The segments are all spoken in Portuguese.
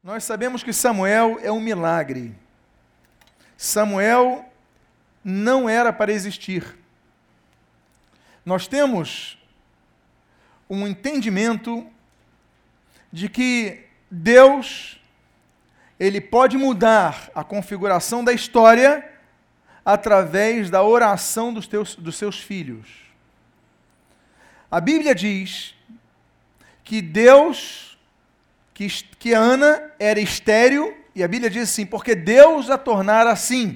Nós sabemos que Samuel é um milagre. Samuel não era para existir. Nós temos um entendimento de que Deus, ele pode mudar a configuração da história através da oração dos seus filhos. A Bíblia diz que Deus, que Ana era estéril, e a Bíblia diz assim, porque Deus a tornara assim.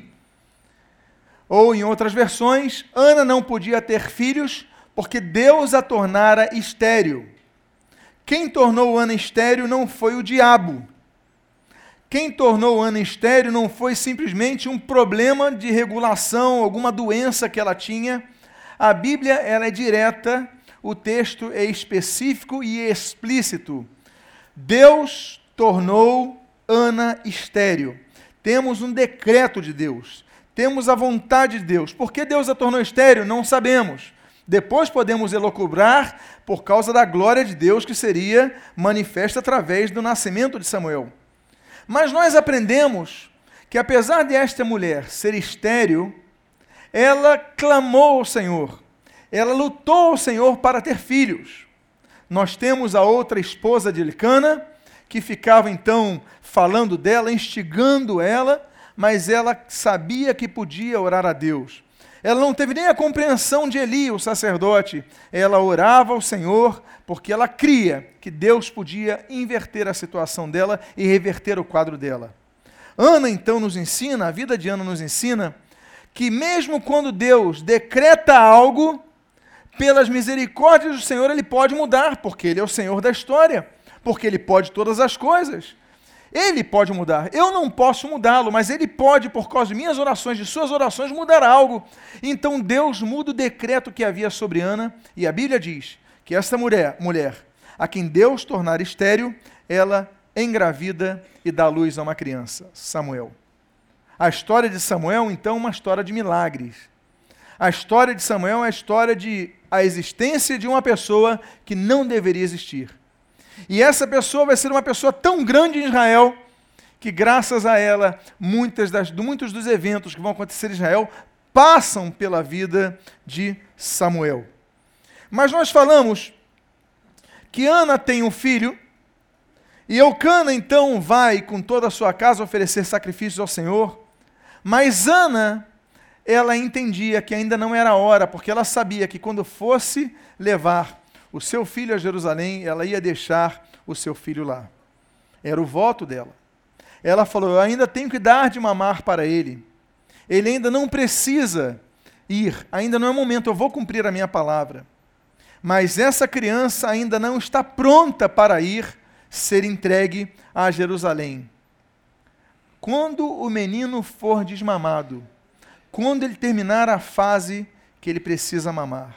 Ou em outras versões, Ana não podia ter filhos, porque Deus a tornara estéril. Quem tornou Ana estéril não foi o diabo. Quem tornou Ana estéril não foi simplesmente um problema de regulação, alguma doença que ela tinha. A Bíblia ela é direta, o texto é específico e explícito. Deus tornou Ana estéril. Temos um decreto de Deus. Temos a vontade de Deus. Por que Deus a tornou estéril? Não sabemos. Depois podemos elocubrar por causa da glória de Deus que seria manifesta através do nascimento de Samuel. Mas nós aprendemos que apesar de esta mulher ser estéril, ela clamou ao Senhor. Ela lutou ao Senhor para ter filhos. Nós temos a outra esposa de Elcana, que ficava então falando dela, instigando ela, mas ela sabia que podia orar a Deus. Ela não teve nem a compreensão de Eli, o sacerdote. Ela orava ao Senhor porque ela cria que Deus podia inverter a situação dela e reverter o quadro dela. Ana então nos ensina, a vida de Ana nos ensina, que mesmo quando Deus decreta algo, pelas misericórdias do Senhor ele pode mudar, porque ele é o Senhor da história, porque ele pode todas as coisas. Ele pode mudar. Eu não posso mudá-lo, mas ele pode, por causa de minhas orações, de suas orações, mudar algo. Então Deus muda o decreto que havia sobre Ana, e a Bíblia diz que esta mulher, a quem Deus tornar estéril, ela engravida e dá luz a uma criança, Samuel. A história de Samuel, então, é uma história de milagres. A história de Samuel é a história de a existência de uma pessoa que não deveria existir. E essa pessoa vai ser uma pessoa tão grande em Israel, que graças a ela, muitos dos eventos que vão acontecer em Israel, passam pela vida de Samuel. Mas nós falamos que Ana tem um filho, e Elcana então vai com toda a sua casa oferecer sacrifícios ao Senhor, mas Ana, ela entendia que ainda não era a hora, porque ela sabia que quando fosse levar o seu filho a Jerusalém, ela ia deixar o seu filho lá. Era o voto dela. Ela falou, eu ainda tenho que dar de mamar para ele. Ele ainda não precisa ir, ainda não é o momento, eu vou cumprir a minha palavra. Mas essa criança ainda não está pronta para ser entregue a Jerusalém. Quando o menino for desmamado, quando ele terminar a fase que ele precisa mamar.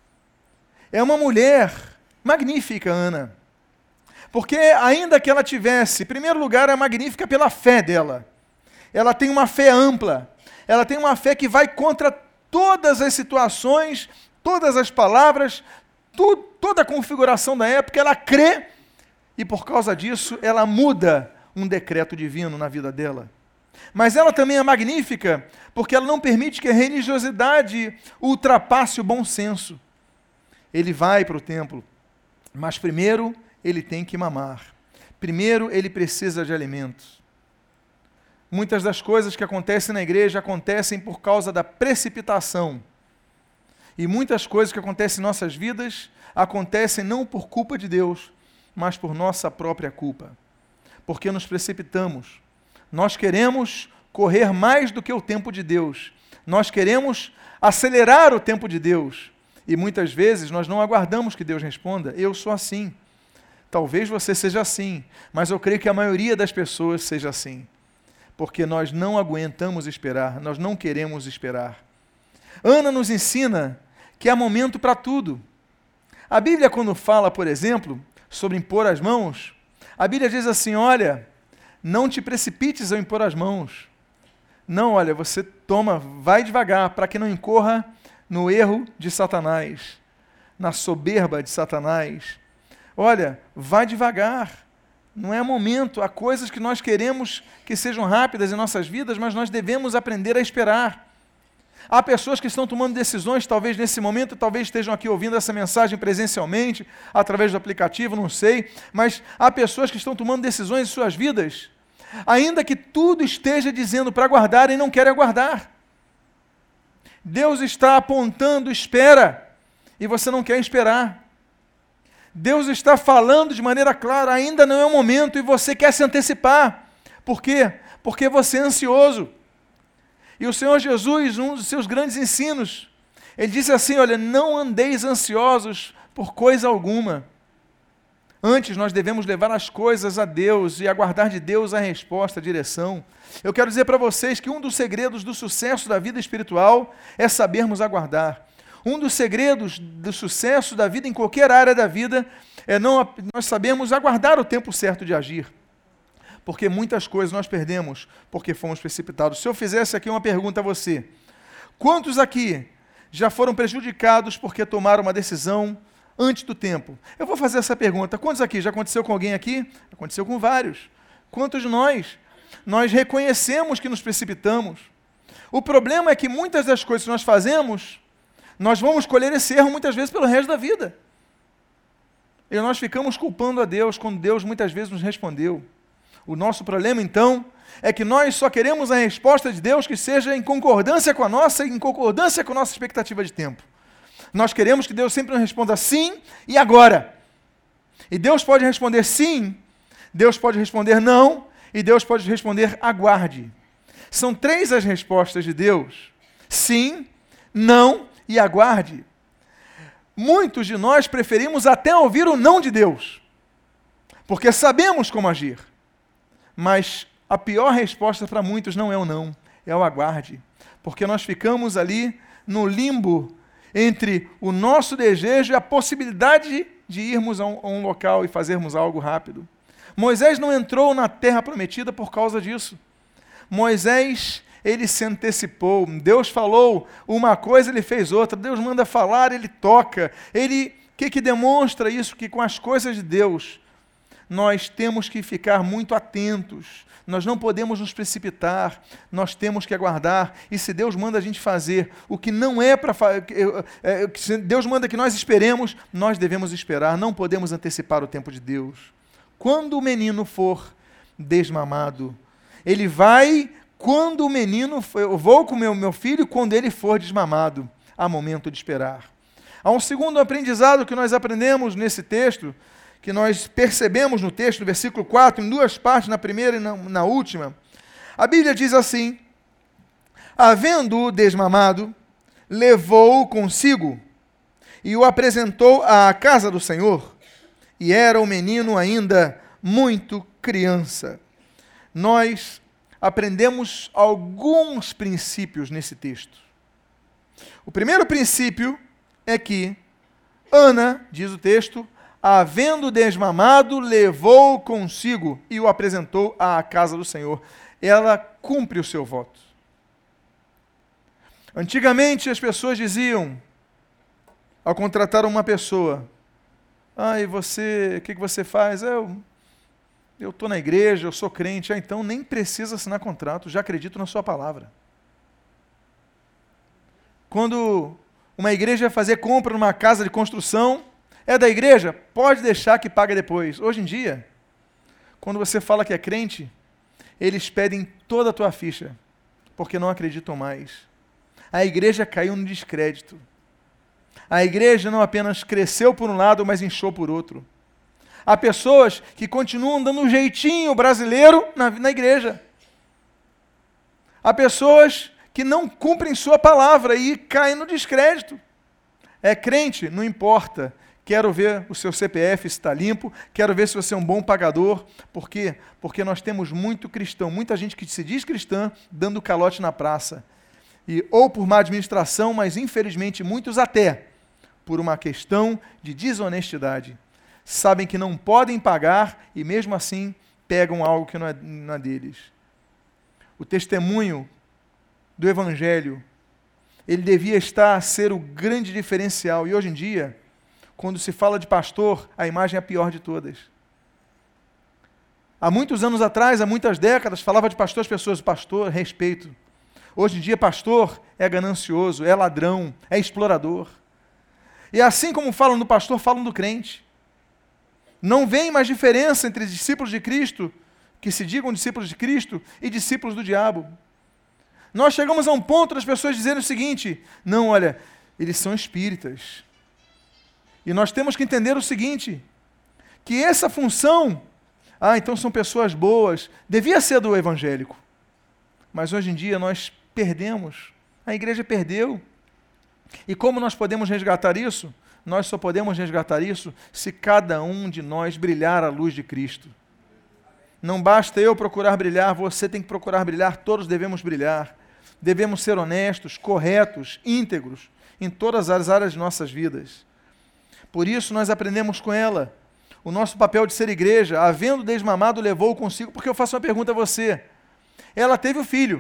É uma mulher magnífica, Ana. Porque ainda que ela tivesse, em primeiro lugar, é magnífica pela fé dela. Ela tem uma fé ampla. Ela tem uma fé que vai contra todas as situações, todas as palavras, toda a configuração da época. Ela crê e por causa disso ela muda um decreto divino na vida dela. Mas ela também é magnífica porque ela não permite que a religiosidade ultrapasse o bom senso. Ele vai para o templo, mas primeiro ele tem que mamar. Primeiro ele precisa de alimentos. Muitas das coisas que acontecem na igreja acontecem por causa da precipitação. E muitas coisas que acontecem em nossas vidas acontecem não por culpa de Deus, mas por nossa própria culpa. Porque nos precipitamos. Nós queremos correr mais do que o tempo de Deus. Nós queremos acelerar o tempo de Deus. E muitas vezes nós não aguardamos que Deus responda. Eu sou assim. Talvez você seja assim, mas eu creio que a maioria das pessoas seja assim. Porque nós não aguentamos esperar, nós não queremos esperar. Ana nos ensina que há momento para tudo. A Bíblia, quando fala, por exemplo, sobre impor as mãos, a Bíblia diz assim, olha, não te precipites ao impor as mãos. Não, olha, você toma, vai devagar, para que não incorra no erro de Satanás, na soberba de Satanás. Olha, vai devagar, Não é momento. Há coisas que nós queremos que sejam rápidas em nossas vidas, mas nós devemos aprender a esperar. Há pessoas que estão tomando decisões, talvez nesse momento, talvez estejam aqui ouvindo essa mensagem presencialmente, através do aplicativo, não sei, mas há pessoas que estão tomando decisões em suas vidas, ainda que tudo esteja dizendo para aguardar e não querem aguardar. Deus está apontando, espera, e você não quer esperar. Deus está falando de maneira clara, ainda não é o momento, e você quer se antecipar. Por quê? Porque você é ansioso. E o Senhor Jesus, um dos seus grandes ensinos, ele disse assim, olha, não andeis ansiosos por coisa alguma. Antes, nós devemos levar as coisas a Deus e aguardar de Deus a resposta, a direção. Eu quero dizer para vocês que um dos segredos do sucesso da vida espiritual é sabermos aguardar. Um dos segredos do sucesso da vida em qualquer área da vida é nós sabermos aguardar o tempo certo de agir. Porque muitas coisas nós perdemos porque fomos precipitados. Se eu fizesse aqui uma pergunta a você, quantos aqui já foram prejudicados porque tomaram uma decisão antes do tempo? Eu vou fazer essa pergunta. Quantos aqui? Já aconteceu com alguém aqui? Aconteceu com vários. Quantos de nós? Nós reconhecemos que nos precipitamos. O problema é que muitas das coisas que nós fazemos, nós vamos colher esse erro muitas vezes pelo resto da vida. E nós ficamos culpando a Deus quando Deus muitas vezes nos respondeu. O nosso problema, então, é que nós só queremos a resposta de Deus que seja em concordância com a nossa e em concordância com a nossa expectativa de tempo. Nós queremos que Deus sempre nos responda sim e agora. E Deus pode responder sim, Deus pode responder não, e Deus pode responder aguarde. São 3 as respostas de Deus: sim, não e aguarde. Muitos de nós preferimos até ouvir o não de Deus, porque sabemos como agir. Mas a pior resposta para muitos não é o não, é o aguarde. Porque nós ficamos ali no limbo entre o nosso desejo e a possibilidade de irmos a um local e fazermos algo rápido. Moisés não entrou na terra prometida por causa disso. Moisés, ele se antecipou. Deus falou uma coisa, ele fez outra. Deus manda falar, ele toca. O que demonstra isso? Que com as coisas de Deus, nós temos que ficar muito atentos, nós não podemos nos precipitar, nós temos que aguardar, e se Deus manda a gente fazer o que não é para fazer, se Deus manda que nós esperemos, nós devemos esperar, não podemos antecipar o tempo de Deus. Quando o menino for desmamado, ele vai, quando o menino, eu vou com o meu filho quando ele for desmamado, há momento de esperar. Há um segundo aprendizado que nós aprendemos nesse texto, que nós percebemos no texto, no versículo 4, em 2 partes, na primeira e na última. A Bíblia diz assim: havendo-o desmamado, levou-o consigo e o apresentou à casa do Senhor, e era o menino ainda muito criança. Nós aprendemos alguns princípios nesse texto. O primeiro princípio é que Ana, diz o texto, havendo desmamado, levou consigo e o apresentou à casa do Senhor. Ela cumpre o seu voto. Antigamente as pessoas diziam, ao contratar uma pessoa, e você, o que você faz? Eu estou na igreja, eu sou crente, então nem precisa assinar contrato, já acredito na sua palavra. Quando uma igreja ia fazer compra numa casa de construção, é da igreja? Pode deixar que paga depois. Hoje em dia, quando você fala que é crente, eles pedem toda a tua ficha, porque não acreditam mais. A igreja caiu no descrédito. A igreja não apenas cresceu por um lado, mas inchou por outro. Há pessoas que continuam dando um jeitinho brasileiro na igreja. Há pessoas que não cumprem sua palavra e caem no descrédito. É crente? Não importa. Quero ver o seu CPF se está limpo, quero ver se você é um bom pagador. Por quê? Porque nós temos muito cristão, muita gente que se diz cristã, dando calote na praça. Ou por má administração, mas infelizmente muitos até por uma questão de desonestidade. Sabem que não podem pagar e mesmo assim pegam algo que não é deles. O testemunho do Evangelho, ele devia ser o grande diferencial. E hoje em dia, quando se fala de pastor, a imagem é a pior de todas. Há muitos anos atrás, há muitas décadas, falava de pastor, as pessoas, pastor, respeito. Hoje em dia, pastor é ganancioso, é ladrão, é explorador. E assim como falam do pastor, falam do crente. Não vem mais diferença entre discípulos de Cristo, que se digam discípulos de Cristo, e discípulos do diabo. Nós chegamos a um ponto das pessoas dizerem o seguinte: não, olha, eles são espíritas. E nós temos que entender o seguinte, que essa função, então são pessoas boas, devia ser do evangélico. Mas hoje em dia nós perdemos, a igreja perdeu. E como nós podemos resgatar isso? Nós só podemos resgatar isso se cada um de nós brilhar a luz de Cristo. Não basta eu procurar brilhar, você tem que procurar brilhar, todos devemos brilhar. Devemos ser honestos, corretos, íntegros, em todas as áreas de nossas vidas. Por isso nós aprendemos com ela. O nosso papel de ser igreja, havendo desmamado, levou consigo, porque eu faço uma pergunta a você. Ela teve o filho.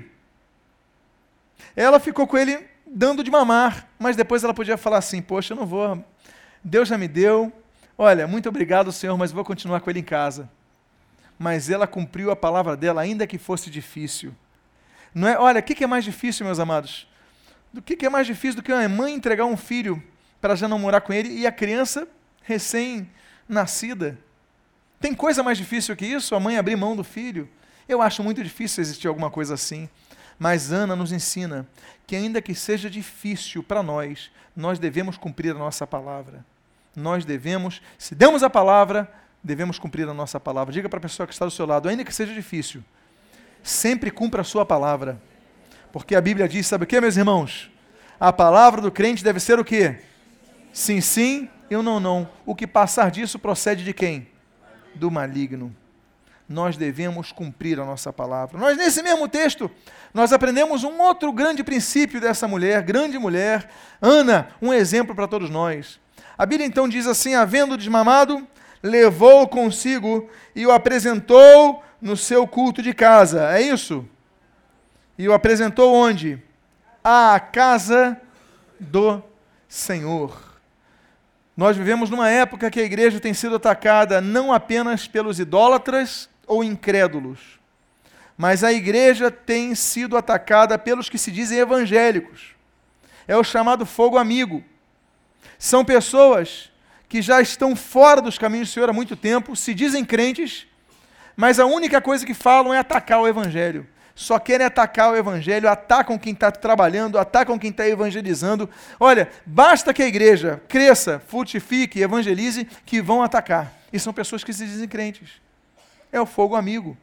Ela ficou com ele dando de mamar, mas depois ela podia falar assim, poxa, eu não vou, Deus já me deu, olha, muito obrigado, Senhor, mas vou continuar com ele em casa. Mas ela cumpriu a palavra dela, ainda que fosse difícil. Não é? Olha, o que é mais difícil, meus amados? O que é mais difícil do que uma mãe entregar um filho para já não morar com ele e a criança recém-nascida? Tem coisa mais difícil que isso? A mãe abrir mão do filho? Eu acho muito difícil existir alguma coisa assim. Mas Ana nos ensina que ainda que seja difícil para nós, nós devemos cumprir a nossa palavra. Nós devemos, se demos a palavra, devemos cumprir a nossa palavra. Diga para a pessoa que está do seu lado, ainda que seja difícil, sempre cumpra a sua palavra. Porque a Bíblia diz, sabe o que, meus irmãos? A palavra do crente deve ser o quê? Sim, sim, e não, não. O que passar disso procede de quem? Do maligno. Nós devemos cumprir a nossa palavra. Nós, nesse mesmo texto, nós aprendemos um outro grande princípio dessa mulher, grande mulher, Ana, um exemplo para todos nós. A Bíblia então diz assim, havendo desmamado, levou consigo e o apresentou no seu culto de casa. É isso? E o apresentou onde? À casa do Senhor. Nós vivemos numa época que a igreja tem sido atacada não apenas pelos idólatras ou incrédulos, mas a igreja tem sido atacada pelos que se dizem evangélicos. É o chamado fogo amigo. São pessoas que já estão fora dos caminhos do Senhor há muito tempo, se dizem crentes, mas a única coisa que falam é atacar o evangelho. Só querem atacar o evangelho, atacam quem está trabalhando, atacam quem está evangelizando. Olha, basta que a igreja cresça, frutifique, evangelize, que vão atacar. E são pessoas que se dizem crentes. É o fogo amigo.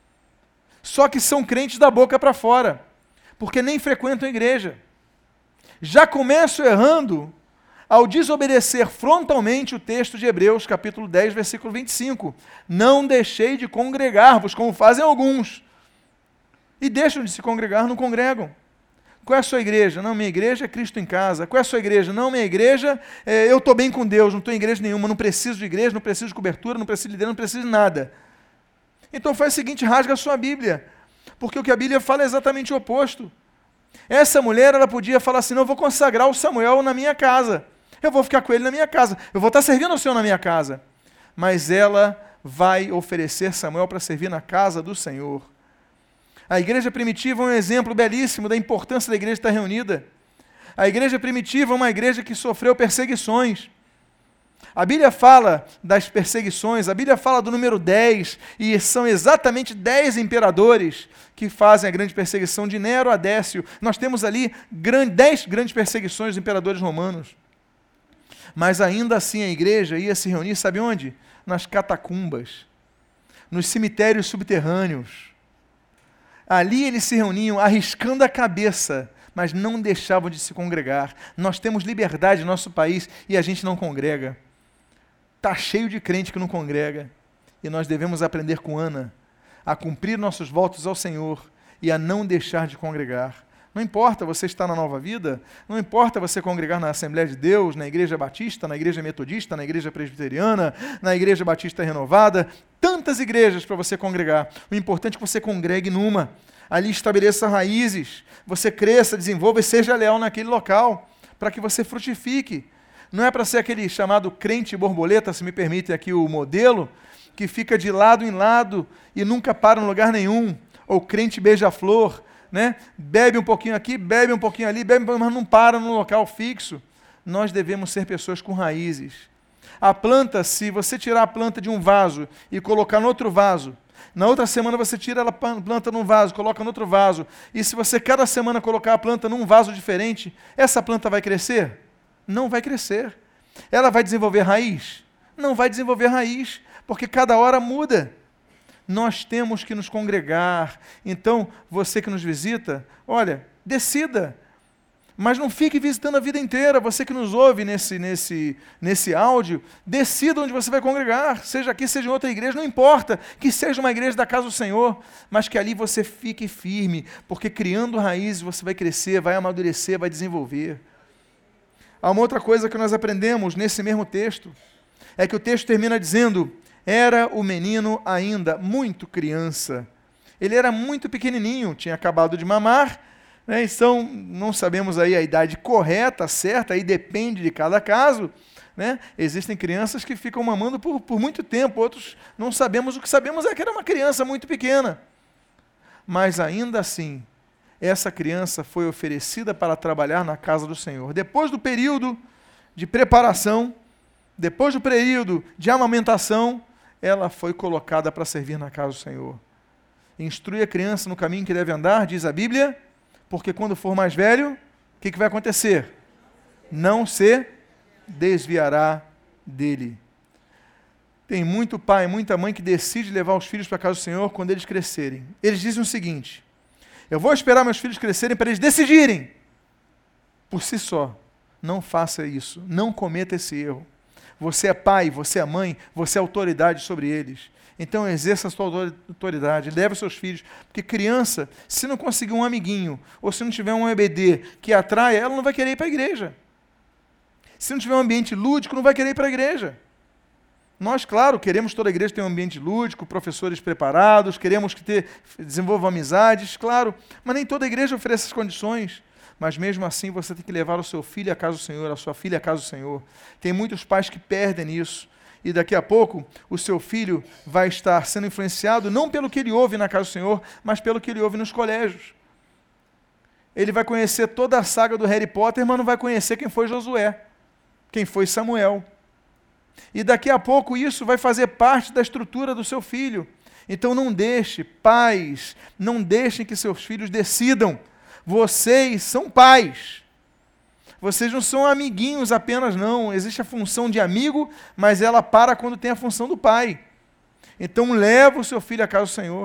Só que são crentes da boca para fora, porque nem frequentam a igreja. Já começam errando ao desobedecer frontalmente o texto de Hebreus, capítulo 10, versículo 25. Não deixei de congregar-vos, como fazem alguns. E deixam de se congregar, não congregam. Qual é a sua igreja? Não, minha igreja é Cristo em casa. Qual é a sua igreja? Não, minha igreja, eu estou bem com Deus, não estou em igreja nenhuma, não preciso de igreja, não preciso de cobertura, não preciso de liderança, não preciso de nada. Então faz o seguinte, rasga a sua Bíblia, porque o que a Bíblia fala é exatamente o oposto. Essa mulher, ela podia falar assim, não, eu vou consagrar o Samuel na minha casa, eu vou ficar com ele na minha casa, eu vou estar servindo ao Senhor na minha casa. Mas ela vai oferecer Samuel para servir na casa do Senhor. A igreja primitiva é um exemplo belíssimo da importância da igreja estar reunida. A igreja primitiva é uma igreja que sofreu perseguições. A Bíblia fala das perseguições, a Bíblia fala do número 10, e são exatamente 10 imperadores que fazem a grande perseguição, de Nero a Décio. Nós temos ali 10 grandes perseguições dos imperadores romanos. Mas ainda assim a igreja ia se reunir, sabe onde? Nas catacumbas, nos cemitérios subterrâneos. Ali eles se reuniam arriscando a cabeça, mas não deixavam de se congregar. Nós temos liberdade no nosso país e a gente não congrega. Está cheio de crente que não congrega. E nós devemos aprender com Ana a cumprir nossos votos ao Senhor e a não deixar de congregar. Não importa você estar na Nova Vida, não importa você congregar na Assembleia de Deus, na Igreja Batista, na Igreja Metodista, na Igreja Presbiteriana, na Igreja Batista Renovada, tantas igrejas para você congregar. O importante é que você congregue numa. Ali estabeleça raízes, você cresça, desenvolva e seja leal naquele local, para que você frutifique. Não é para ser aquele chamado crente borboleta, se me permite aqui o modelo, que fica de lado em lado e nunca para em lugar nenhum, ou crente beija-flor, né? Bebe um pouquinho aqui, bebe um pouquinho ali, bebe, mas não para num local fixo. Nós devemos ser pessoas com raízes. A planta, se você tirar a planta de um vaso e colocar no outro vaso, na outra semana você tira a planta num vaso, coloca no outro vaso, e se você cada semana colocar a planta num vaso diferente, essa planta vai crescer? Não vai crescer. Ela vai desenvolver raiz? Não vai desenvolver raiz, porque cada hora muda. Nós temos que nos congregar. Então, você que nos visita, olha, decida. Mas não fique visitando a vida inteira. Você que nos ouve nesse áudio, decida onde você vai congregar. Seja aqui, seja em outra igreja, não importa. Que seja uma igreja da casa do Senhor, mas que ali você fique firme, porque criando raízes você vai crescer, vai amadurecer, vai desenvolver. Há uma outra coisa que nós aprendemos nesse mesmo texto, é que o texto termina dizendo: era o menino ainda muito criança. Ele era muito pequenininho, tinha acabado de mamar, né? Então não sabemos aí a idade correta, certa, aí depende de cada caso, né? Existem crianças que ficam mamando por muito tempo, outros não sabemos. O que sabemos é que era uma criança muito pequena. Mas ainda assim, essa criança foi oferecida para trabalhar na casa do Senhor. Depois do período de preparação, depois do período de amamentação, ela foi colocada para servir na casa do Senhor. Instrui a criança no caminho que deve andar, diz a Bíblia, porque quando for mais velho, o que vai acontecer? Não se desviará dele. Tem muito pai, muita mãe que decide levar os filhos para a casa do Senhor quando eles crescerem. Eles dizem o seguinte: eu vou esperar meus filhos crescerem para eles decidirem por si só. Não faça isso, não cometa esse erro. Você é pai, você é mãe, você é autoridade sobre eles. Então exerça a sua autoridade, leve os seus filhos, porque criança, se não conseguir um amiguinho, ou se não tiver um EBD que atrai, ela não vai querer ir para a igreja. Se não tiver um ambiente lúdico, não vai querer ir para a igreja. Nós, claro, queremos que toda a igreja tenha um ambiente lúdico, professores preparados, queremos que desenvolvam amizades, claro, mas nem toda a igreja oferece essas condições. Mas mesmo assim você tem que levar o seu filho à casa do Senhor, a sua filha à casa do Senhor. Tem muitos pais que perdem isso. E daqui a pouco o seu filho vai estar sendo influenciado não pelo que ele ouve na casa do Senhor, mas pelo que ele ouve nos colégios. Ele vai conhecer toda a saga do Harry Potter, mas não vai conhecer quem foi Josué, quem foi Samuel. E daqui a pouco isso vai fazer parte da estrutura do seu filho. Então não deixe, pais, não deixem que seus filhos decidam. Vocês são pais. Vocês não são amiguinhos apenas, não. Existe a função de amigo, mas ela para quando tem a função do pai. Então leva o seu filho à casa do Senhor.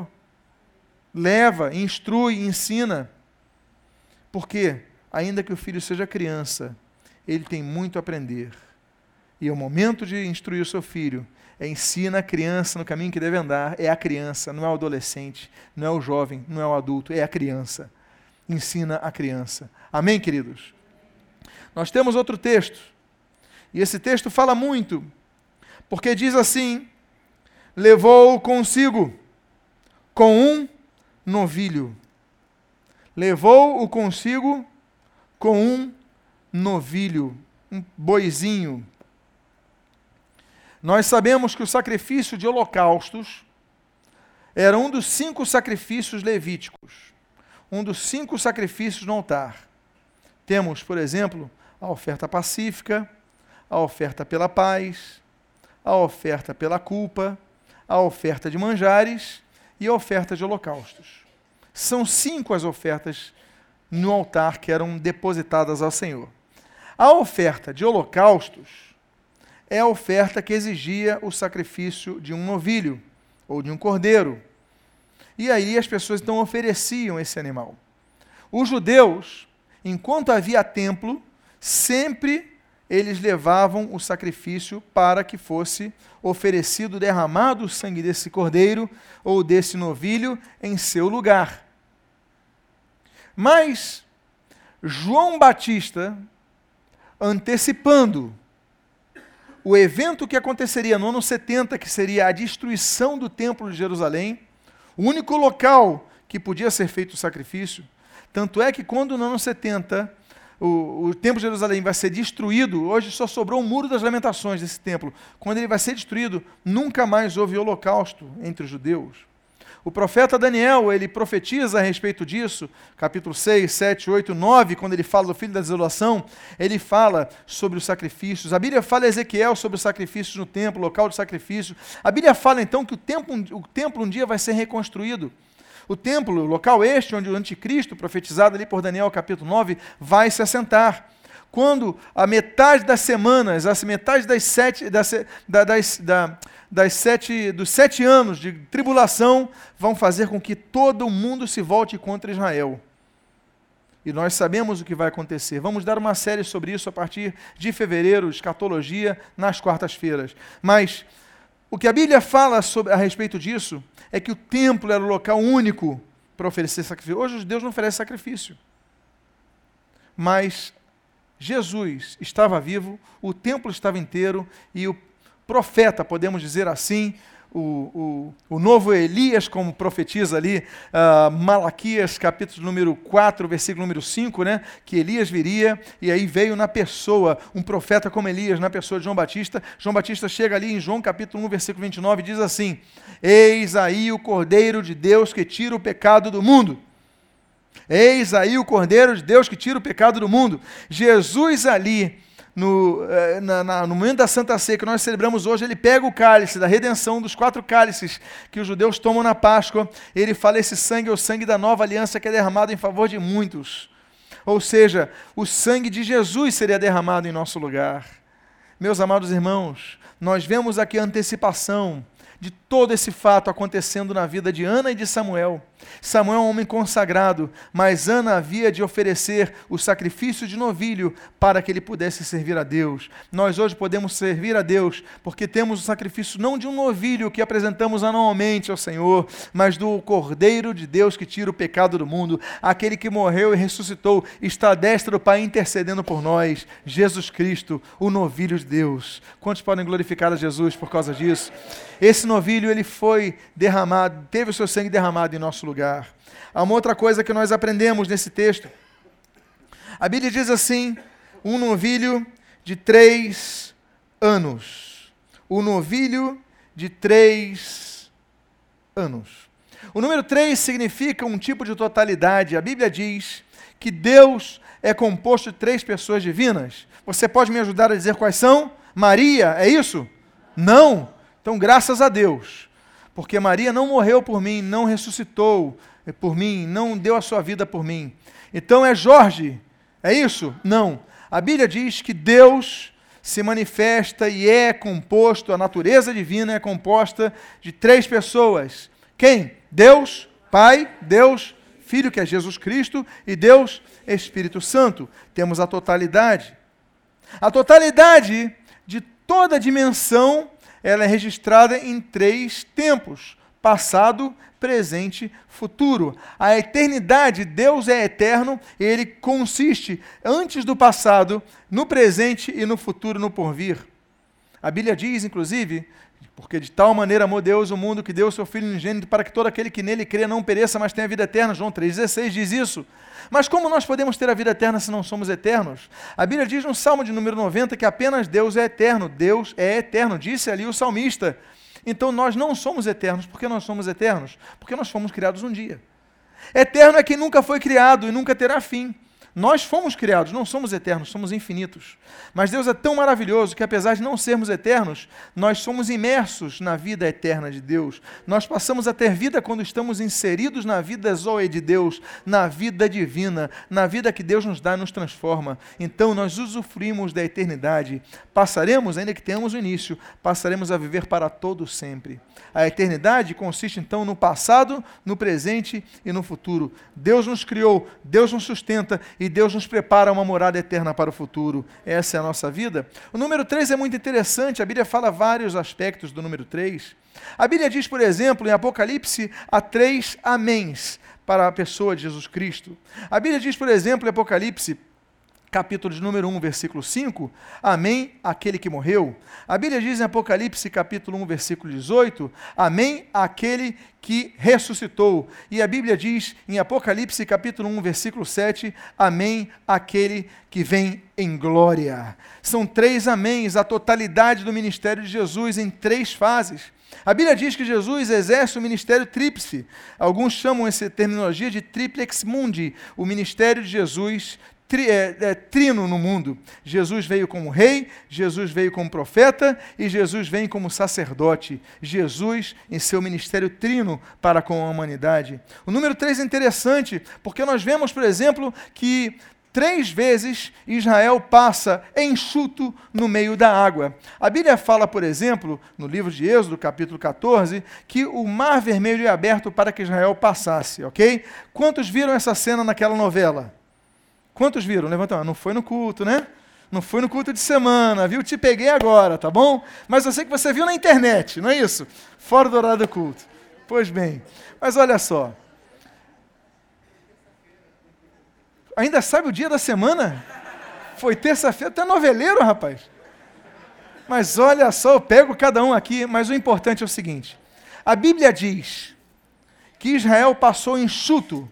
Leva, instrui, ensina. Porque, ainda que o filho seja criança, ele tem muito a aprender. E é o momento de instruir o seu filho. Ensina a criança no caminho que deve andar. É a criança, não é o adolescente, não é o jovem, não é o adulto, é a criança. Ensina a criança. Amém, queridos? Nós temos outro texto, e esse texto fala muito, porque diz assim: levou consigo com um novilho. Levou-o consigo com um novilho, um boizinho. Nós sabemos que o sacrifício de holocaustos era um dos 5 sacrifícios levíticos, um dos 5 sacrifícios no altar. Temos, por exemplo, a oferta pacífica, a oferta pela paz, a oferta pela culpa, a oferta de manjares e a oferta de holocaustos. São 5 as ofertas no altar que eram depositadas ao Senhor. A oferta de holocaustos é a oferta que exigia o sacrifício de um novilho ou de um cordeiro. E aí as pessoas então ofereciam esse animal. Os judeus, enquanto havia templo, sempre eles levavam o sacrifício para que fosse oferecido, derramado o sangue desse cordeiro ou desse novilho em seu lugar. Mas João Batista, antecipando o evento que aconteceria no ano 70, que seria a destruição do templo de Jerusalém, o único local que podia ser feito o sacrifício, tanto é que quando no ano 70 o templo de Jerusalém vai ser destruído, hoje só sobrou o muro das lamentações desse templo. Quando ele vai ser destruído, nunca mais houve holocausto entre os judeus. O profeta Daniel, ele profetiza a respeito disso, capítulo 6, 7, 8, 9, quando ele fala do filho da desolação, ele fala sobre os sacrifícios. A Bíblia fala a Ezequiel sobre os sacrifícios no templo, local de sacrifício. A Bíblia fala então que o templo um dia vai ser reconstruído. O templo, local este, onde o anticristo, profetizado ali por Daniel, capítulo 9, vai se assentar. Quando a metade das semanas, a metade dos 7 anos de tribulação, vão fazer com que todo o mundo se volte contra Israel. E nós sabemos o que vai acontecer. Vamos dar uma série sobre isso a partir de fevereiro, escatologia, nas quartas-feiras. Mas o que a Bíblia fala a respeito disso é que o templo era o local único para oferecer sacrifício. Hoje os judeus não oferecem sacrifício. Mas Jesus estava vivo, o templo estava inteiro e o profeta, podemos dizer assim, o novo Elias, como profetiza ali, Malaquias, capítulo número 4, versículo número 5, né, que Elias viria, e aí veio na pessoa, um profeta como Elias, na pessoa de João Batista. João Batista chega ali em João capítulo 1, versículo 29, e diz assim: eis aí o Cordeiro de Deus que tira o pecado do mundo. Eis aí o Cordeiro de Deus que tira o pecado do mundo. Jesus ali, no momento da Santa Ceia que nós celebramos hoje, ele pega o cálice da redenção, dos 4 cálices que os judeus tomam na Páscoa. Ele fala: esse sangue é o sangue da nova aliança que é derramado em favor de muitos. Ou seja, o sangue de Jesus seria derramado em nosso lugar. Meus amados irmãos, nós vemos aqui a antecipação de todo esse fato acontecendo na vida de Ana e de Samuel. Samuel é um homem consagrado, mas Ana havia de oferecer o sacrifício de novilho para que ele pudesse servir a Deus. Nós hoje podemos servir a Deus porque temos o sacrifício não de um novilho que apresentamos anualmente ao Senhor, mas do Cordeiro de Deus que tira o pecado do mundo. Aquele que morreu e ressuscitou está à destra do Pai intercedendo por nós. Jesus Cristo, o novilho de Deus. Quantos podem glorificar a Jesus por causa disso? Esse novilho, ele foi derramado, teve o seu sangue derramado em nosso lugar. Há uma outra coisa que nós aprendemos nesse texto. A Bíblia diz assim: um novilho de 3 anos. O novilho de 3 anos. O número 3 significa um tipo de totalidade. A Bíblia diz que Deus é composto de 3 pessoas divinas. Você pode me ajudar a dizer quais são? Maria, é isso? Não. Então, graças a Deus, porque Maria não morreu por mim, não ressuscitou por mim, não deu a sua vida por mim. Então é Jorge, é isso? Não. A Bíblia diz que Deus se manifesta e é composto, a natureza divina é composta de 3 pessoas. Quem? Deus Pai, Deus Filho, que é Jesus Cristo, e Deus Espírito Santo. Temos a totalidade. A totalidade de toda a dimensão, ela é registrada em 3 tempos: passado, presente, futuro. A eternidade, Deus é eterno, ele consiste antes do passado, no presente e no futuro, no porvir. A Bíblia diz, inclusive, porque de tal maneira amou Deus o mundo que deu o seu Filho unigênito para que todo aquele que nele crê não pereça, mas tenha vida eterna. João 3,16 diz isso. Mas como nós podemos ter a vida eterna se não somos eternos? A Bíblia diz no Salmo de número 90 que apenas Deus é eterno. Deus é eterno, disse ali o salmista. Então nós não somos eternos. Por que nós somos eternos? Porque nós fomos criados um dia. Eterno é quem nunca foi criado e nunca terá fim. Nós fomos criados, não somos eternos, somos infinitos. Mas Deus é tão maravilhoso que, apesar de não sermos eternos, nós somos imersos na vida eterna de Deus. Nós passamos a ter vida quando estamos inseridos na vida zoe de Deus, na vida divina, na vida que Deus nos dá e nos transforma. Então nós usufruímos da eternidade. Passaremos, ainda que tenhamos o início, passaremos a viver para todo sempre. A eternidade consiste então no passado, no presente e no futuro. Deus nos criou, Deus nos sustenta e Deus nos prepara uma morada eterna para o futuro. Essa é a nossa vida. O número 3 é muito interessante, a Bíblia fala vários aspectos do número 3. A Bíblia diz, por exemplo, em Apocalipse, há 3 améns para a pessoa de Jesus Cristo. A Bíblia diz, por exemplo, em Apocalipse, capítulo de número 1, versículo 5, amém, aquele que morreu. A Bíblia diz em Apocalipse, capítulo 1, versículo 18, amém, aquele que ressuscitou. E a Bíblia diz em Apocalipse, capítulo 1, versículo 7, amém, aquele que vem em glória. São 3 améns, a totalidade do ministério de Jesus em 3 fases. A Bíblia diz que Jesus exerce o ministério tríplice. Alguns chamam essa terminologia de triplex mundi, o ministério de Jesus trino no mundo. Jesus veio como rei, Jesus veio como profeta e Jesus vem como sacerdote. Jesus em seu ministério trino para com a humanidade. O número 3 é interessante, porque nós vemos, por exemplo, que 3 vezes Israel passa enxuto no meio da água. A Bíblia fala, por exemplo, no livro de Êxodo, capítulo 14, que o mar vermelho é aberto para que Israel passasse, ok? Quantos viram essa cena naquela novela? Quantos viram? Levanta a mão. Não foi no culto, né? Não foi no culto de semana, viu? Te peguei agora, tá bom? Mas eu sei que você viu na internet, não é isso? Fora do horário do culto. Pois bem, mas olha só. Ainda sabe o dia da semana? Foi terça-feira, até noveleiro, rapaz. Mas olha só, eu pego cada um aqui, mas o importante é o seguinte. A Bíblia diz que Israel passou enxuto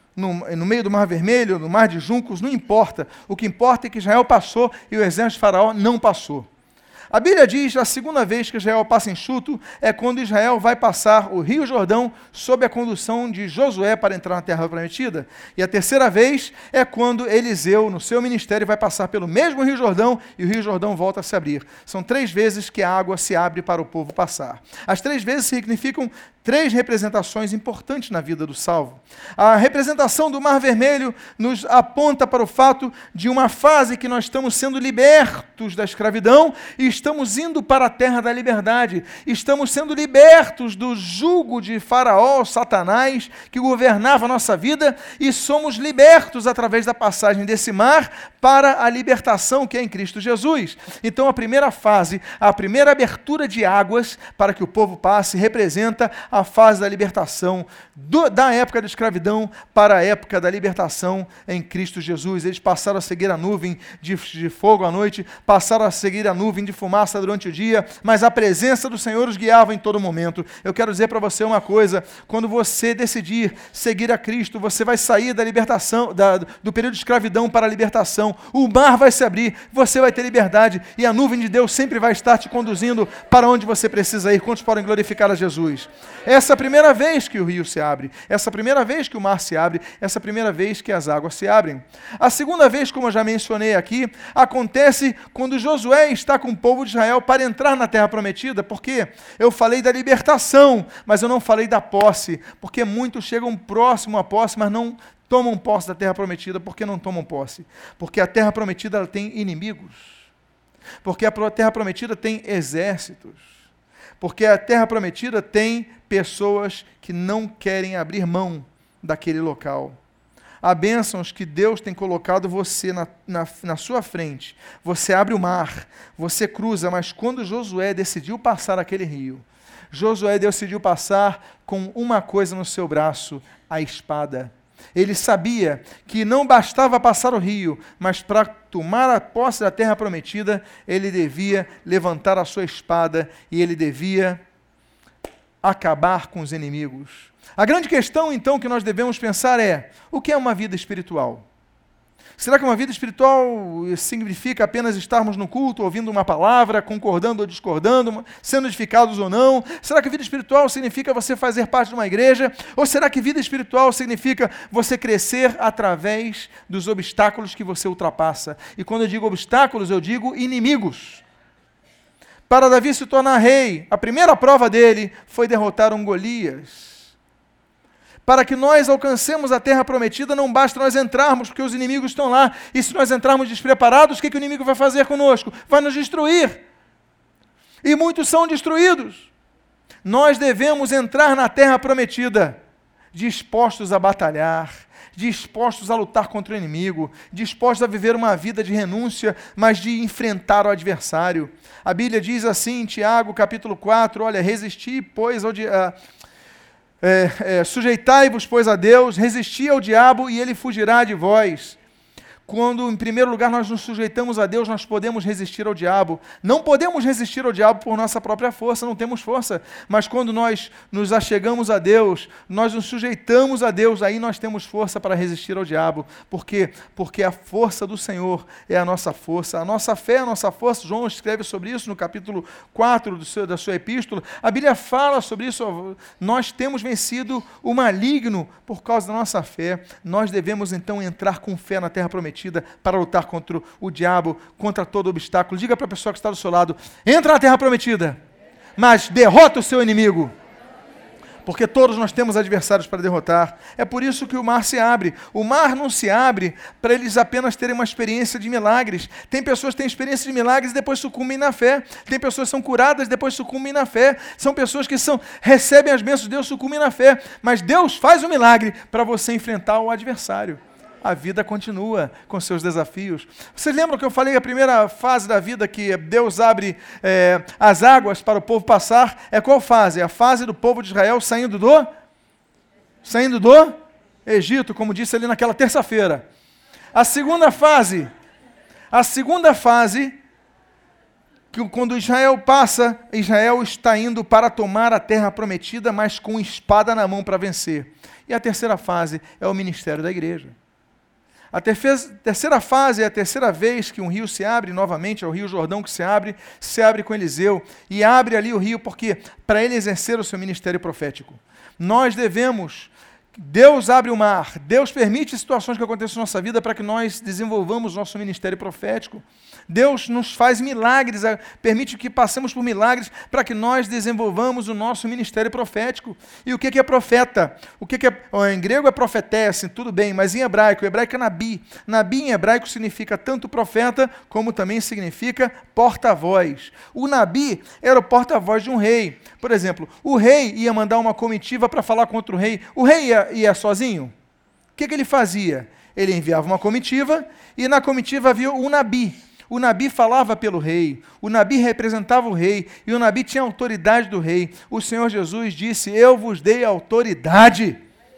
no meio do Mar Vermelho, no Mar de Juncos, não importa. O que importa é que Israel passou e o exército de Faraó não passou. A Bíblia diz que a segunda vez que Israel passa enxuto é quando Israel vai passar o Rio Jordão sob a condução de Josué para entrar na Terra Prometida. E a terceira vez é quando Eliseu, no seu ministério, vai passar pelo mesmo Rio Jordão e o Rio Jordão volta a se abrir. São 3 vezes que a água se abre para o povo passar. As 3 vezes significam 3 representações importantes na vida do salvo. A representação do Mar Vermelho nos aponta para o fato de uma fase que nós estamos sendo libertos da escravidão e estamos indo para a terra da liberdade. Estamos sendo libertos do jugo de Faraó, Satanás, que governava a nossa vida, e somos libertos através da passagem desse mar para a libertação que é em Cristo Jesus. Então a primeira fase, a primeira abertura de águas para que o povo passe, representa a fase da libertação da época da escravidão para a época da libertação em Cristo Jesus. Eles passaram a seguir a nuvem de fogo à noite, passaram a seguir a nuvem de fumaça durante o dia, mas a presença do Senhor os guiava em todo momento. Eu quero dizer para você uma coisa: quando você decidir seguir a Cristo, você vai sair da libertação, do período de escravidão para a libertação. O mar vai se abrir, você vai ter liberdade e a nuvem de Deus sempre vai estar te conduzindo para onde você precisa ir. Quantos podem glorificar a Jesus? Essa é a primeira vez que o rio se abre, essa é a primeira vez que o mar se abre, essa é a primeira vez que as águas se abrem. A segunda vez, como eu já mencionei aqui, acontece quando Josué está com o povo de Israel para entrar na terra prometida. Porque eu falei da libertação, mas eu não falei da posse, porque muitos chegam próximo à posse, mas não tomam posse da terra prometida. Por que não tomam posse? Porque a terra prometida ela tem inimigos, porque a terra prometida tem exércitos, porque a terra prometida tem pessoas que não querem abrir mão daquele local. Há bênçãos que Deus tem colocado você na sua frente. Você abre o mar, você cruza, mas quando Josué decidiu passar aquele rio, Josué decidiu passar com uma coisa no seu braço: a espada. Ele sabia que não bastava passar o rio, mas para tomar a posse da terra prometida, ele devia levantar a sua espada e ele devia acabar com os inimigos. A grande questão, então, que nós devemos pensar é: o que é uma vida espiritual? Será que uma vida espiritual significa apenas estarmos no culto, ouvindo uma palavra, concordando ou discordando, sendo edificados ou não? Será que vida espiritual significa você fazer parte de uma igreja? Ou será que vida espiritual significa você crescer através dos obstáculos que você ultrapassa? E quando eu digo obstáculos, eu digo inimigos. Para Davi se tornar rei, a primeira prova dele foi derrotar um Golias. Para que nós alcancemos a terra prometida, não basta nós entrarmos, porque os inimigos estão lá. E se nós entrarmos despreparados, o que o inimigo vai fazer conosco? Vai nos destruir. E muitos são destruídos. Nós devemos entrar na terra prometida, dispostos a batalhar, dispostos a lutar contra o inimigo, dispostos a viver uma vida de renúncia, mas de enfrentar o adversário. A Bíblia diz assim em Tiago, capítulo 4, olha, resisti, pois, sujeitai-vos, pois, a Deus, resisti ao diabo e ele fugirá de vós. quando, em primeiro lugar, nós nos sujeitamos a Deus, nós podemos resistir ao diabo. Não podemos resistir ao diabo por nossa própria força, não temos força. Mas quando nós nos achegamos a Deus, nós nos sujeitamos a Deus, aí nós temos força para resistir ao diabo. Por quê? Porque a força do Senhor é a nossa força. A nossa fé é a nossa força. João escreve sobre isso no capítulo 4 da sua epístola. A Bíblia fala sobre isso. Nós temos vencido o maligno por causa da nossa fé. Nós devemos então entrar com fé na terra prometida para lutar contra o diabo, contra todo obstáculo. Diga para a pessoa que está do seu lado: entra na terra prometida, mas derrota o seu inimigo. Porque todos nós temos adversários para derrotar. É por isso que o mar se abre. O mar não se abre para eles apenas terem uma experiência de milagres. Tem pessoas que têm experiência de milagres e depois sucumbem na fé. Tem pessoas que são curadas e depois sucumbem na fé. São pessoas que recebem as bênçãos de Deus, sucumbem na fé. Mas Deus faz um milagre para você enfrentar o adversário. A vida continua com seus desafios. Vocês lembram que eu falei a primeira fase da vida que Deus abre as águas para o povo passar? É qual fase? É a fase do povo de Israel saindo do Egito, como disse ali naquela terça-feira. A segunda fase, que quando Israel passa, Israel está indo para tomar a terra prometida, mas com espada na mão para vencer. E a terceira fase é o ministério da igreja. A terceira fase é a terceira vez que um rio se abre novamente, é o Rio Jordão que se abre com Eliseu, e abre ali o rio porque para ele exercer o seu ministério profético. Deus abre o mar, Deus permite situações que acontecem na nossa vida para que nós desenvolvamos nosso ministério profético. Deus nos faz milagres, permite que passemos por milagres para que nós desenvolvamos o nosso ministério profético. E o que é profeta? Em grego é profetesse, tudo bem, mas em hebraico é nabi. Nabi em hebraico significa tanto profeta, como também significa porta-voz. O nabi era o porta-voz de um rei. Por exemplo, o rei ia mandar uma comitiva para falar contra o rei. O rei ia sozinho? O que ele fazia? Ele enviava uma comitiva, e na comitiva havia um nabi. O nabi falava pelo rei, o nabi representava o rei, e o nabi tinha a autoridade do rei. O Senhor Jesus disse: eu vos dei autoridade.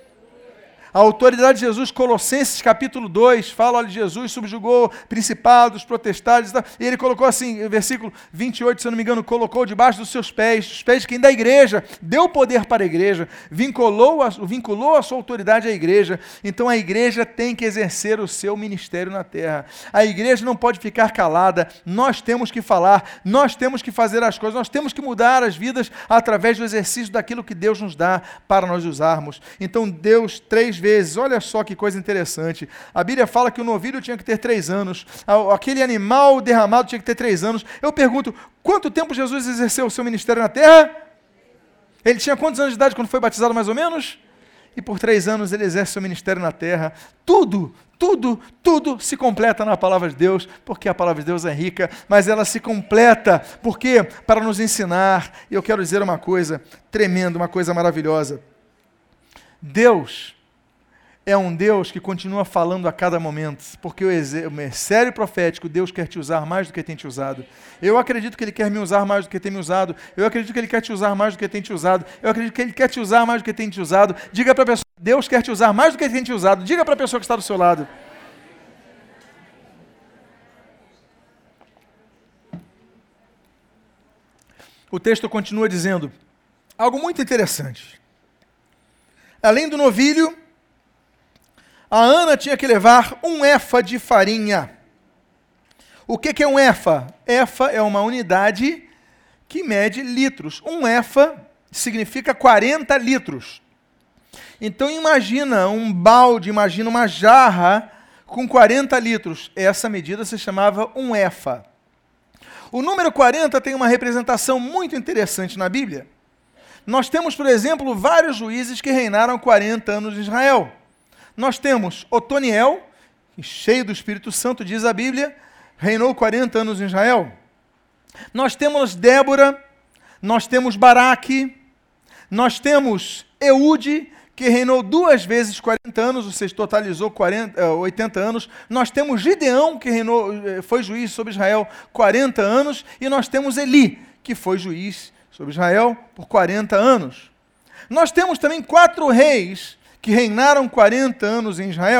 A autoridade de Jesus, Colossenses capítulo 2, fala, olha, Jesus subjugou principados, potestades, e ele colocou assim, versículo 28, se eu não me engano, colocou debaixo dos seus pés, os pés de quem? Da igreja, deu poder para a igreja, vinculou a sua autoridade à igreja. Então a igreja tem que exercer o seu ministério na terra. A igreja não pode ficar calada, nós temos que falar, nós temos que fazer as coisas, nós temos que mudar as vidas através do exercício daquilo que Deus nos dá para nós usarmos. Então Deus, 3 vezes, olha só que coisa interessante, a Bíblia fala que o novilho tinha que ter 3 anos, aquele animal derramado tinha que ter 3 anos. Eu pergunto, quanto tempo Jesus exerceu o seu ministério na terra? Ele tinha quantos anos de idade quando foi batizado, mais ou menos? E por 3 anos ele exerce o seu ministério na terra. Tudo se completa na palavra de Deus, porque a palavra de Deus é rica, mas ela se completa, porque para nos ensinar. E eu quero dizer uma coisa tremenda, uma coisa maravilhosa. Deus é um Deus que continua falando a cada momento, porque o ministério profético, Deus quer te usar mais do que tem te usado. Eu acredito que Ele quer me usar mais do que tem me usado. Eu acredito que Ele quer te usar mais do que tem te usado. Eu acredito que Ele quer te usar mais do que tem te usado. Diga para a pessoa, Deus quer te usar mais do que tem te usado. Diga para a pessoa que está do seu lado. O texto continua dizendo algo muito interessante. Além do novilho, a Ana tinha que levar 1 éfa de farinha. O que é 1 éfa? Éfa é uma unidade que mede litros. 1 éfa significa 40 litros. Então imagina um balde, imagina uma jarra com 40 litros. Essa medida se chamava 1 éfa. O número 40 tem uma representação muito interessante na Bíblia. Nós temos, por exemplo, vários juízes que reinaram 40 anos em Israel. Nós temos Otoniel, cheio do Espírito Santo, diz a Bíblia, reinou 40 anos em Israel. Nós temos Débora, nós temos Baraque, nós temos Eude, que reinou 2 vezes 40 anos, ou seja, totalizou 80 anos. Nós temos Gideão, que foi juiz sobre Israel 40 anos, e nós temos Eli, que foi juiz sobre Israel por 40 anos. Nós temos também 4 reis que reinaram 40 anos em Israel.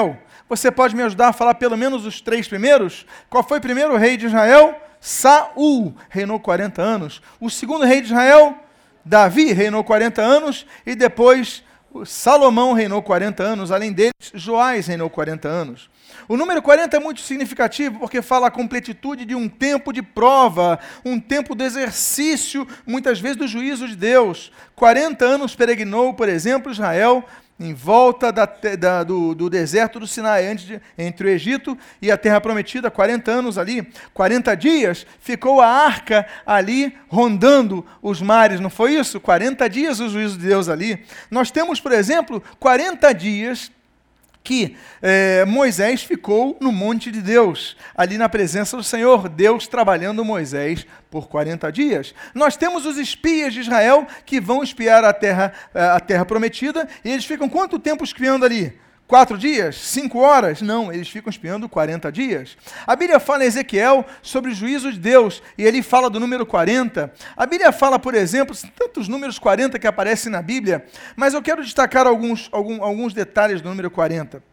Você pode me ajudar a falar pelo menos os 3 primeiros? Qual foi o primeiro rei de Israel? Saul, reinou 40 anos. O segundo rei de Israel? Davi, reinou 40 anos. E depois, Salomão reinou 40 anos. Além deles, Joás reinou 40 anos. O número 40 é muito significativo porque fala a completitude de um tempo de prova, um tempo do exercício, muitas vezes do juízo de Deus. 40 anos peregrinou, por exemplo, Israel em volta do deserto do Sinai, entre o Egito e a Terra Prometida, 40 anos ali. 40 dias ficou a arca ali rondando os mares, não foi isso? 40 dias o juízo de Deus ali. Nós temos, por exemplo, 40 dias que Moisés ficou no monte de Deus, ali na presença do Senhor, Deus trabalhando Moisés por 40 dias. Nós temos os espias de Israel que vão espiar a terra prometida, e eles ficam quanto tempo espiando ali? 4 dias? 5 horas? Não, eles ficam espiando 40 dias. A Bíblia fala em Ezequiel sobre o juízo de Deus, e ele fala do número 40. A Bíblia fala, por exemplo, tantos números 40 que aparecem na Bíblia, mas eu quero destacar alguns detalhes do número 40.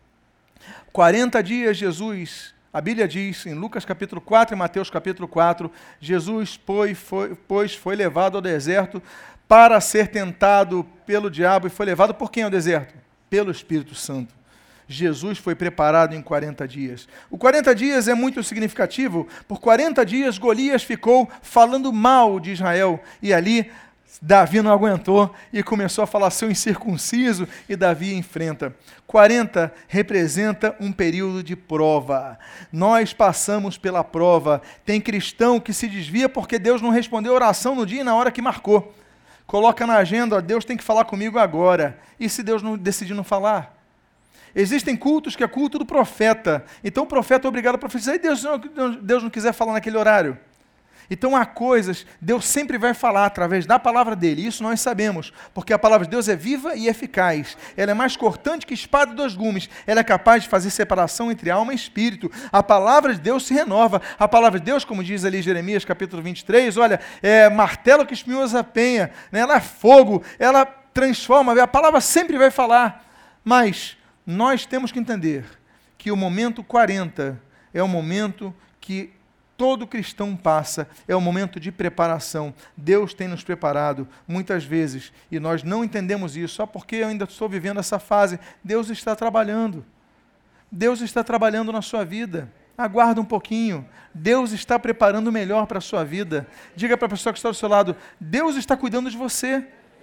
40 dias Jesus, a Bíblia diz em Lucas capítulo 4 e Mateus capítulo 4, Jesus, pois foi levado ao deserto para ser tentado pelo diabo, e foi levado por quem ao deserto? Pelo Espírito Santo. Jesus foi preparado em 40 dias. O 40 dias é muito significativo. Por 40 dias, Golias ficou falando mal de Israel. E ali, Davi não aguentou e começou a falar seu incircunciso, e Davi enfrenta. 40 representa um período de prova. Nós passamos pela prova. Tem cristão que se desvia porque Deus não respondeu a oração no dia e na hora que marcou. Coloca na agenda, ó, Deus tem que falar comigo agora. E se Deus não decidir não falar? Existem cultos que é culto do profeta. Então o profeta é obrigado a profetizar e Deus não quiser falar naquele horário. Então há coisas, Deus sempre vai falar através da palavra dele. Isso nós sabemos, porque a palavra de Deus é viva e eficaz. Ela é mais cortante que espada de 2 gumes. Ela é capaz de fazer separação entre alma e espírito. A palavra de Deus se renova. A palavra de Deus, como diz ali Jeremias capítulo 23, olha, é martelo que esminhosa penha, né? Ela é fogo, ela transforma. A palavra sempre vai falar. Mas nós temos que entender que o momento 40 é o momento que todo cristão passa, é o momento de preparação. Deus tem nos preparado muitas vezes e nós não entendemos isso, só porque eu ainda estou vivendo essa fase. Deus está trabalhando. Deus está trabalhando na sua vida. Aguarda um pouquinho. Deus está preparando o melhor para a sua vida. Diga para a pessoa que está do seu lado, Deus está cuidando de você.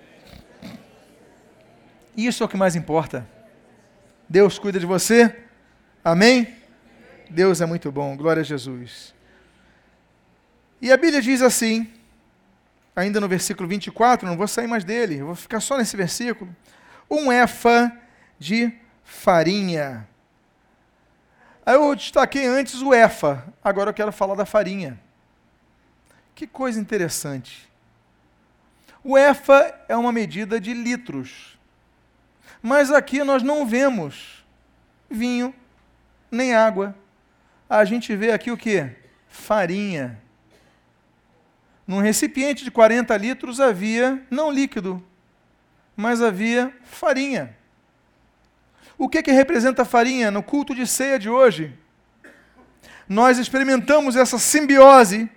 Isso é o que mais importa. Deus cuida de você. Amém? Deus é muito bom. Glória a Jesus. E a Bíblia diz assim, ainda no versículo 24, não vou sair mais dele, eu vou ficar só nesse versículo. 1 efa de farinha. Aí eu destaquei antes o efa, agora eu quero falar da farinha. Que coisa interessante. O efa é uma medida de litros. Mas aqui nós não vemos vinho, nem água. A gente vê aqui o quê? Farinha. Num recipiente de 40 litros havia, não líquido, mas havia farinha. O que representa a farinha? No culto de ceia de hoje, nós experimentamos essa simbiose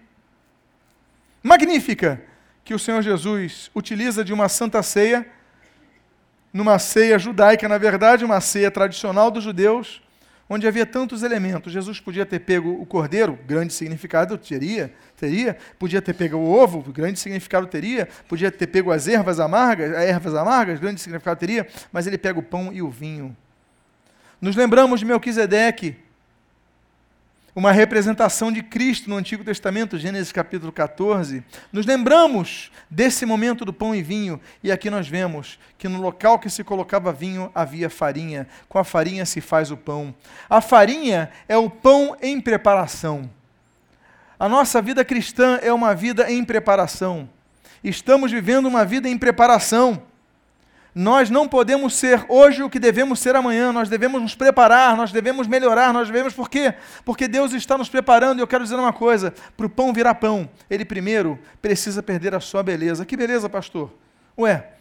magnífica que o Senhor Jesus utiliza de uma santa ceia, numa ceia judaica, na verdade, uma ceia tradicional dos judeus, onde havia tantos elementos. Jesus podia ter pego o cordeiro, grande significado teria. Podia ter pego o ovo, grande significado teria. Podia ter pego as ervas amargas, grande significado teria. Mas ele pega o pão e o vinho. Nos lembramos de Melquisedeque, uma representação de Cristo no Antigo Testamento, Gênesis capítulo 14. Nos lembramos desse momento do pão e vinho, e aqui nós vemos que no local que se colocava vinho havia farinha. Com a farinha se faz o pão. A farinha é o pão em preparação. A nossa vida cristã é uma vida em preparação. Estamos vivendo uma vida em preparação. Nós não podemos ser hoje o que devemos ser amanhã, nós devemos nos preparar, nós devemos melhorar, por quê? Porque Deus está nos preparando, e eu quero dizer uma coisa, para o pão virar pão, ele primeiro precisa perder a sua beleza. Que beleza, pastor? Ué,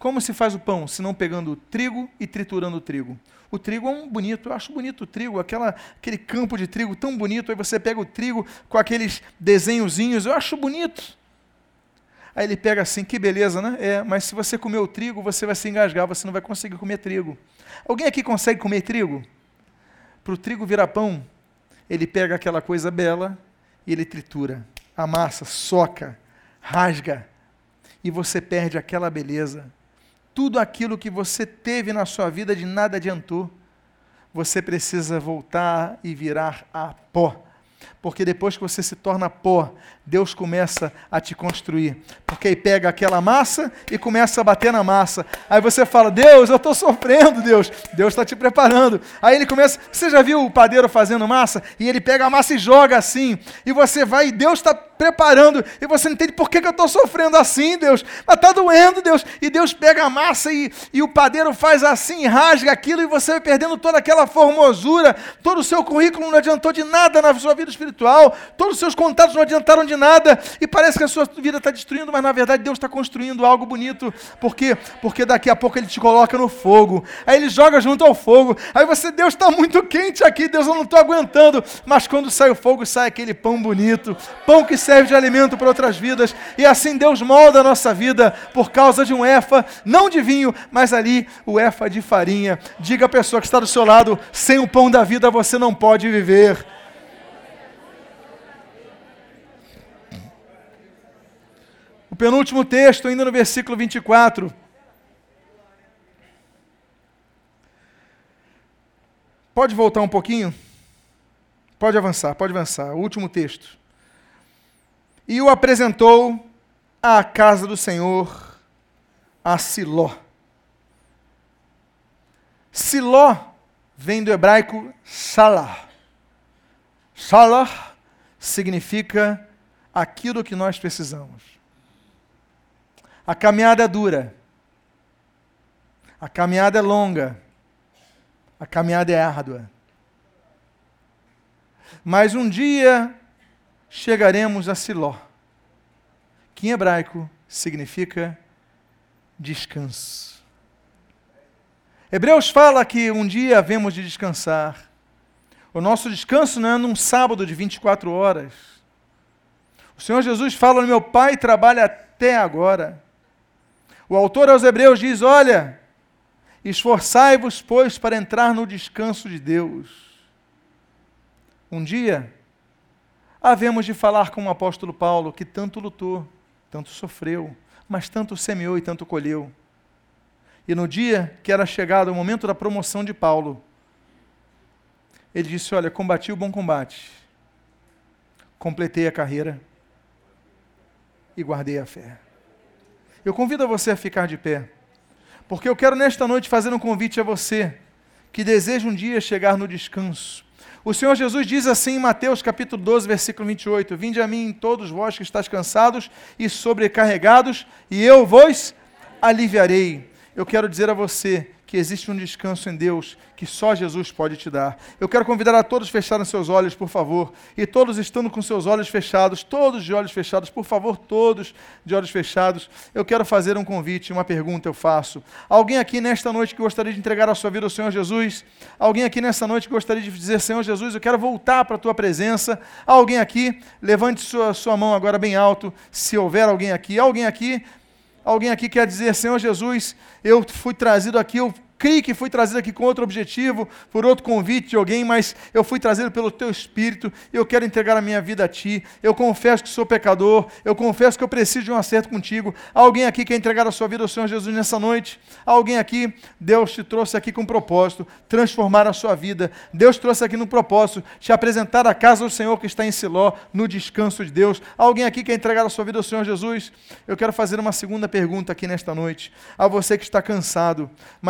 Como se faz o pão? Se não pegando o trigo e triturando o trigo. O trigo é bonito, eu acho bonito o trigo, aquele campo de trigo tão bonito, aí você pega o trigo com aqueles desenhozinhos, eu acho bonito. Aí ele pega assim, que beleza, né? Mas se você comer o trigo, você vai se engasgar, você não vai conseguir comer trigo. Alguém aqui consegue comer trigo? Para o trigo virar pão, ele pega aquela coisa bela e ele tritura, amassa, soca, rasga, e você perde aquela beleza. Tudo aquilo que você teve na sua vida de nada adiantou. Você precisa voltar e virar a pó. Porque depois que você se torna pó, Deus começa a te construir. Porque aí pega aquela massa e começa a bater na massa. Aí você fala, Deus, eu estou sofrendo, Deus. Deus está te preparando. Aí ele começa, você já viu o padeiro fazendo massa? E ele pega a massa e joga assim. E você vai, e Deus está preparando. E você não entende por que eu estou sofrendo assim, Deus. Mas está doendo, Deus. E Deus pega a massa e o padeiro faz assim, rasga aquilo. E você vai perdendo toda aquela formosura. Todo o seu currículo não adiantou de nada na sua vida espiritual. Todos os seus contatos não adiantaram de nada. E parece que a sua vida está destruindo, mas na verdade Deus está construindo algo bonito. Por quê? Porque daqui a pouco Ele te coloca no fogo. Aí Ele joga junto ao fogo. Aí você, Deus, está muito quente aqui, Deus, eu não estou aguentando. Mas quando sai o fogo, sai aquele pão bonito. Pão que serve de alimento para outras vidas. E assim Deus molda a nossa vida por causa de um efa, não de vinho, mas ali o efa de farinha. Diga à pessoa que está do seu lado, sem o pão da vida você não pode viver. O penúltimo texto, ainda no versículo 24. Pode voltar um pouquinho? Pode avançar, pode avançar. O último texto. E o apresentou à casa do Senhor, a Siló. Siló vem do hebraico salah. Salah significa aquilo que nós precisamos. A caminhada é dura. A caminhada é longa. A caminhada é árdua. Mas um dia chegaremos a Siló, que em hebraico significa descanso. Hebreus fala que um dia havemos de descansar. O nosso descanso não é num sábado de 24 horas. O Senhor Jesus fala, meu Pai trabalha até agora. O autor aos Hebreus diz, olha, esforçai-vos, pois, para entrar no descanso de Deus. Um dia, havemos de falar com o apóstolo Paulo, que tanto lutou, tanto sofreu, mas tanto semeou e tanto colheu. E no dia que era chegado o momento da promoção de Paulo, ele disse, olha, combati o bom combate, completei a carreira e guardei a fé. Eu convido você a ficar de pé, porque eu quero nesta noite fazer um convite a você, que deseja um dia chegar no descanso. O Senhor Jesus diz assim em Mateus capítulo 12, versículo 28, vinde a mim todos vós que estáis cansados e sobrecarregados, e eu vos aliviarei. Eu quero dizer a você que existe um descanso em Deus que só Jesus pode te dar. Eu quero convidar a todos a fecharem seus olhos, por favor, e todos estando com seus olhos fechados, todos de olhos fechados, por favor, todos de olhos fechados, eu quero fazer um convite, uma pergunta eu faço. Alguém aqui nesta noite que gostaria de entregar a sua vida ao Senhor Jesus? Alguém aqui nesta noite que gostaria de dizer, Senhor Jesus, eu quero voltar para a Tua presença? Alguém aqui? Levante sua mão agora bem alto, se houver alguém aqui. Alguém aqui quer dizer, Senhor Jesus, eu fui trazido aqui, eu creio que fui trazido aqui com outro objetivo, por outro convite de alguém, mas eu fui trazido pelo Teu Espírito, eu quero entregar a minha vida a Ti, eu confesso que sou pecador, eu confesso que eu preciso de um acerto contigo. Alguém aqui quer entregar a sua vida ao Senhor Jesus nessa noite? Alguém aqui, Deus te trouxe aqui com um propósito, transformar a sua vida. Deus trouxe aqui no propósito, te apresentar a casa do Senhor que está em Siló, no descanso de Deus. Alguém aqui quer entregar a sua vida ao Senhor Jesus? Eu quero fazer uma segunda pergunta aqui nesta noite, a você que está cansado, mas hoje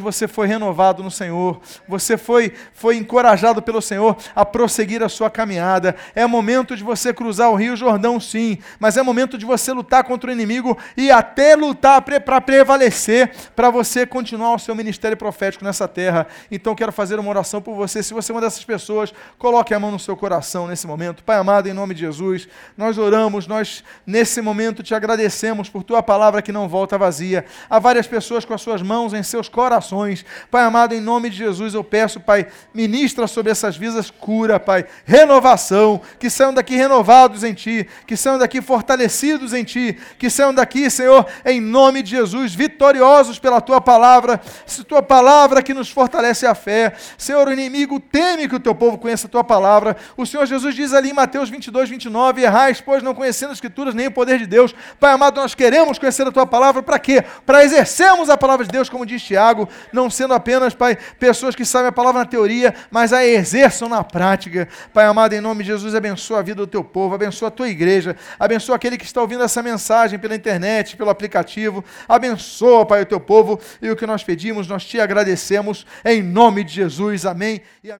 você foi renovado no Senhor, você foi encorajado pelo Senhor a prosseguir a sua caminhada. É momento de você cruzar o Rio Jordão, sim, mas é momento de você lutar contra o inimigo e até lutar para prevalecer, para você continuar o seu ministério profético nessa terra. Então quero fazer uma oração por você. Se você é uma dessas pessoas, coloque a mão no seu coração nesse momento. Pai amado, em nome de Jesus, nós oramos, nós nesse momento te agradecemos por tua palavra que não volta vazia. Há várias pessoas com as suas mãos em seus corações. Pai amado, em nome de Jesus eu peço, Pai, ministra sobre essas vidas cura, Pai, renovação, que saiam daqui renovados em Ti, que saiam daqui fortalecidos em Ti, que saiam daqui, Senhor, em nome de Jesus, vitoriosos pela Tua palavra, Tua palavra que nos fortalece a fé. Senhor, o inimigo teme que o Teu povo conheça a Tua palavra. O Senhor Jesus diz ali em Mateus 22, 29, errais, pois não conhecendo as Escrituras nem o poder de Deus. Pai amado, nós queremos conhecer a Tua palavra, para quê? Para exercermos a palavra de Deus, como diz Tiago, não sendo apenas, Pai, pessoas que sabem a palavra na teoria, mas a exerçam na prática. Pai amado, em nome de Jesus, abençoa a vida do Teu povo, abençoa a Tua igreja, abençoa aquele que está ouvindo essa mensagem pela internet, pelo aplicativo, abençoa, Pai, o Teu povo, e o que nós pedimos, nós Te agradecemos, em nome de Jesus, amém.